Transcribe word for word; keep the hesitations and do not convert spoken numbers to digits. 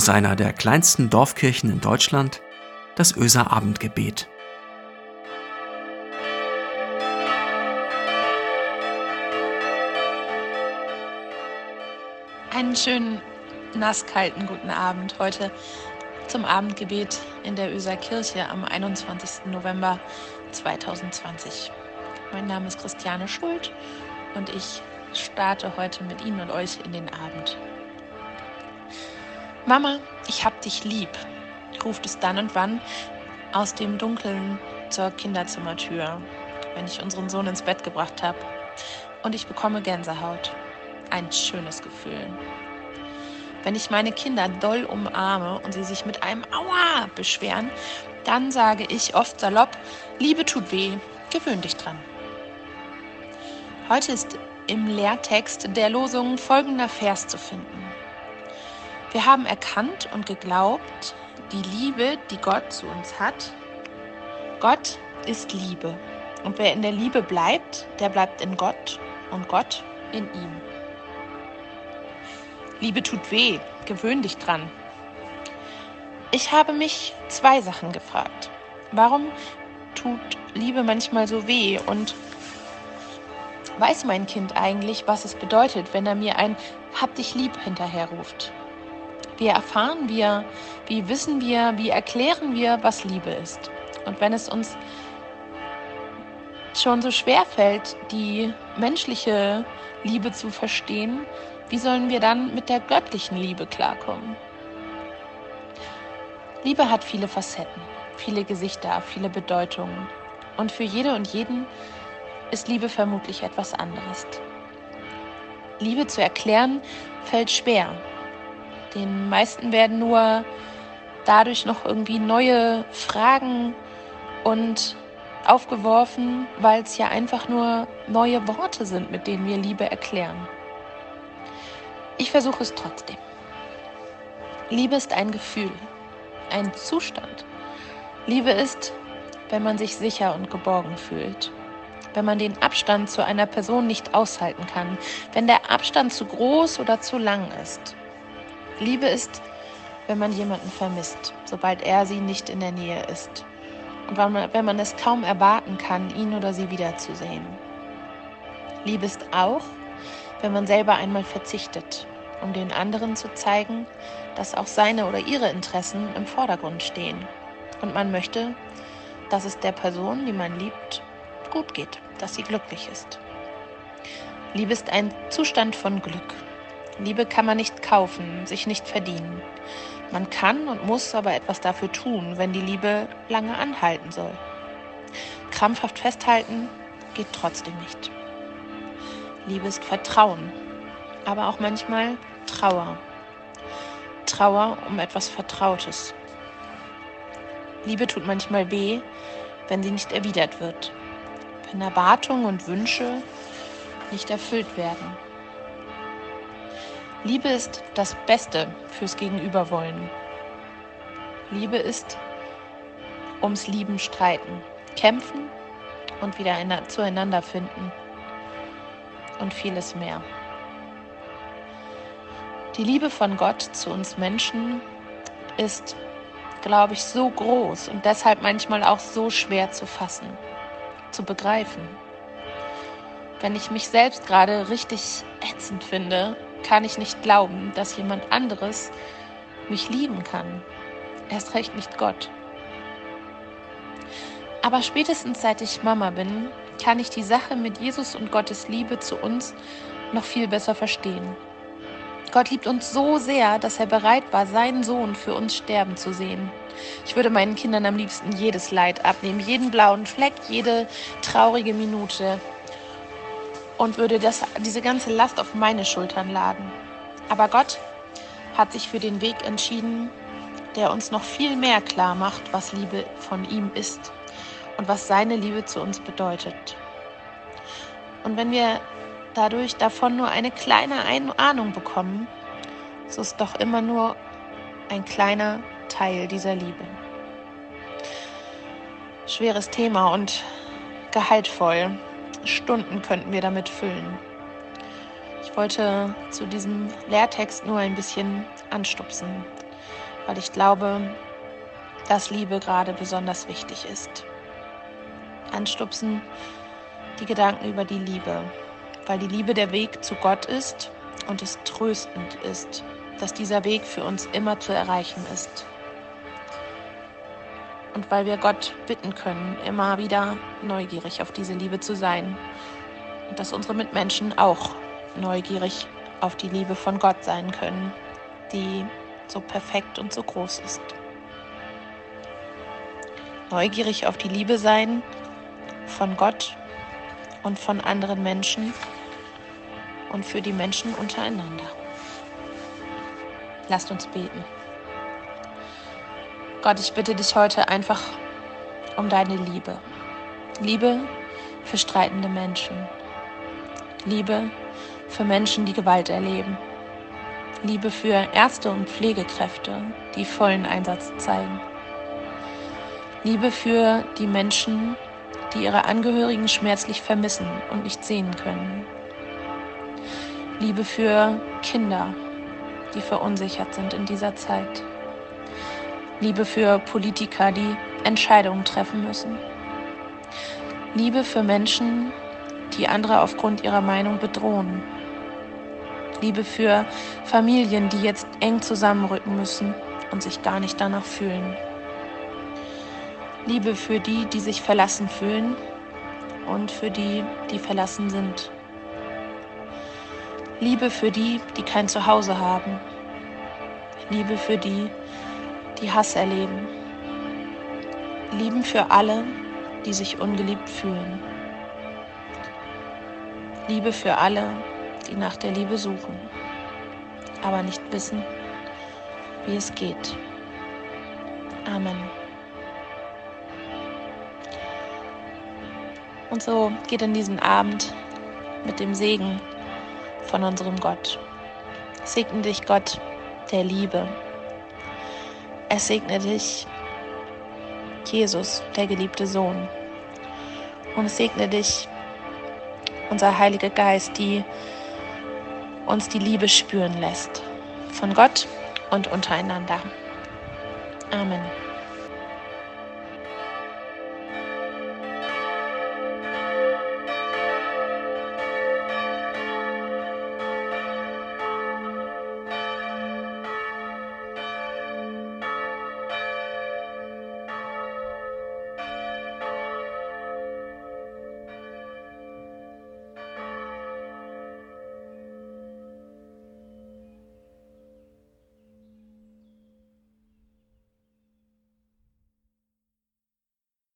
aus einer der kleinsten Dorfkirchen in Deutschland, das Oeser Abendgebet. Einen schönen, nasskalten guten Abend heute zum Abendgebet in der Oeser Kirche am einundzwanzigsten November zweitausendzwanzig. Mein Name ist Christiane Schuld und ich starte heute mit Ihnen und euch in den Abend. Mama, ich hab dich lieb, ruft es dann und wann aus dem Dunkeln zur Kinderzimmertür, wenn ich unseren Sohn ins Bett gebracht habe. Und ich bekomme Gänsehaut. Ein schönes Gefühl. Wenn ich meine Kinder doll umarme und sie sich mit einem Aua beschweren, dann sage ich oft salopp, Liebe tut weh, gewöhn dich dran. Heute ist im Lehrtext der Losung folgender Vers zu finden. Wir haben erkannt und geglaubt, die Liebe, die Gott zu uns hat. Gott ist Liebe. Und wer in der Liebe bleibt, der bleibt in Gott und Gott in ihm. Liebe tut weh, gewöhn dich dran. Ich habe mich zwei Sachen gefragt. Warum tut Liebe manchmal so weh und weiß mein Kind eigentlich, was es bedeutet, wenn er mir ein Hab dich lieb hinterherruft? Wie erfahren wir, wie wissen wir, wie erklären wir, was Liebe ist? Und wenn es uns schon so schwer fällt, die menschliche Liebe zu verstehen, wie sollen wir dann mit der göttlichen Liebe klarkommen? Liebe hat viele Facetten, viele Gesichter, viele Bedeutungen. Und für jede und jeden ist Liebe vermutlich etwas anderes. Liebe zu erklären fällt schwer. Den meisten werden nur dadurch noch irgendwie neue Fragen und aufgeworfen, weil es ja einfach nur neue Worte sind, mit denen wir Liebe erklären. Ich versuche es trotzdem. Liebe ist ein Gefühl, ein Zustand. Liebe ist, wenn man sich sicher und geborgen fühlt, wenn man den Abstand zu einer Person nicht aushalten kann, wenn der Abstand zu groß oder zu lang ist. Liebe ist, wenn man jemanden vermisst, sobald er sie nicht in der Nähe ist und wenn man, wenn man es kaum erwarten kann, ihn oder sie wiederzusehen. Liebe ist auch, wenn man selber einmal verzichtet, um den anderen zu zeigen, dass auch seine oder ihre Interessen im Vordergrund stehen. Und man möchte, dass es der Person, die man liebt, gut geht, dass sie glücklich ist. Liebe ist ein Zustand von Glück. Liebe kann man nicht kaufen, sich nicht verdienen. Man kann und muss aber etwas dafür tun, wenn die Liebe lange anhalten soll. Krampfhaft festhalten geht trotzdem nicht. Liebe ist Vertrauen, aber auch manchmal Trauer. Trauer um etwas Vertrautes. Liebe tut manchmal weh, wenn sie nicht erwidert wird, wenn Erwartungen und Wünsche nicht erfüllt werden. Liebe ist das Beste fürs Gegenüberwollen. Liebe ist ums Lieben streiten, kämpfen und wieder zueinander finden und vieles mehr. Die Liebe von Gott zu uns Menschen ist, glaube ich, so groß und deshalb manchmal auch so schwer zu fassen, zu begreifen. Wenn ich mich selbst gerade richtig ätzend finde, kann ich nicht glauben, dass jemand anderes mich lieben kann. Erst recht nicht Gott. Aber spätestens seit ich Mama bin, kann ich die Sache mit Jesus und Gottes Liebe zu uns noch viel besser verstehen. Gott liebt uns so sehr, dass er bereit war, seinen Sohn für uns sterben zu sehen. Ich würde meinen Kindern am liebsten jedes Leid abnehmen, jeden blauen Fleck, jede traurige Minute und würde das, diese ganze Last auf meine Schultern laden. Aber Gott hat sich für den Weg entschieden, der uns noch viel mehr klar macht, was Liebe von ihm ist und was seine Liebe zu uns bedeutet. Und wenn wir dadurch davon nur eine kleine Ahnung bekommen, so ist doch immer nur ein kleiner Teil dieser Liebe. Schweres Thema und gehaltvoll. Stunden könnten wir damit füllen. Ich wollte zu diesem Lehrtext nur ein bisschen anstupsen. weil ich glaube, dass Liebe gerade besonders wichtig ist. Anstupsen die Gedanken über die Liebe, weil die Liebe der Weg zu Gott ist und es tröstend ist, dass dieser Weg für uns immer zu erreichen ist. Und weil wir Gott bitten können, immer wieder neugierig auf diese Liebe zu sein. Und dass unsere Mitmenschen auch neugierig auf die Liebe von Gott sein können, die so perfekt und so groß ist. Neugierig auf die Liebe sein von Gott und von anderen Menschen und für die Menschen untereinander. Lasst uns beten. Gott, ich bitte dich heute einfach um deine Liebe. Liebe für streitende Menschen. Liebe für Menschen, die Gewalt erleben. Liebe für Ärzte und Pflegekräfte, die vollen Einsatz zeigen. Liebe für die Menschen, die ihre Angehörigen schmerzlich vermissen und nicht sehen können. Liebe für Kinder, die verunsichert sind in dieser Zeit. Liebe für Politiker, die Entscheidungen treffen müssen. Liebe für Menschen, die andere aufgrund ihrer Meinung bedrohen. Liebe für Familien, die jetzt eng zusammenrücken müssen und sich gar nicht danach fühlen. Liebe für die, die sich verlassen fühlen und für die, die verlassen sind. Liebe für die, die kein Zuhause haben. Liebe für die, die Hass erleben. Lieben für alle, die sich ungeliebt fühlen. Liebe für alle, die nach der Liebe suchen, aber nicht wissen, wie es geht. Amen. Und so geht in diesen Abend mit dem Segen von unserem Gott. Segne dich, Gott der Liebe. Es segne dich, Jesus, der geliebte Sohn. Und es segne dich, unser Heiliger Geist, die uns die Liebe spüren lässt. Von Gott und untereinander. Amen.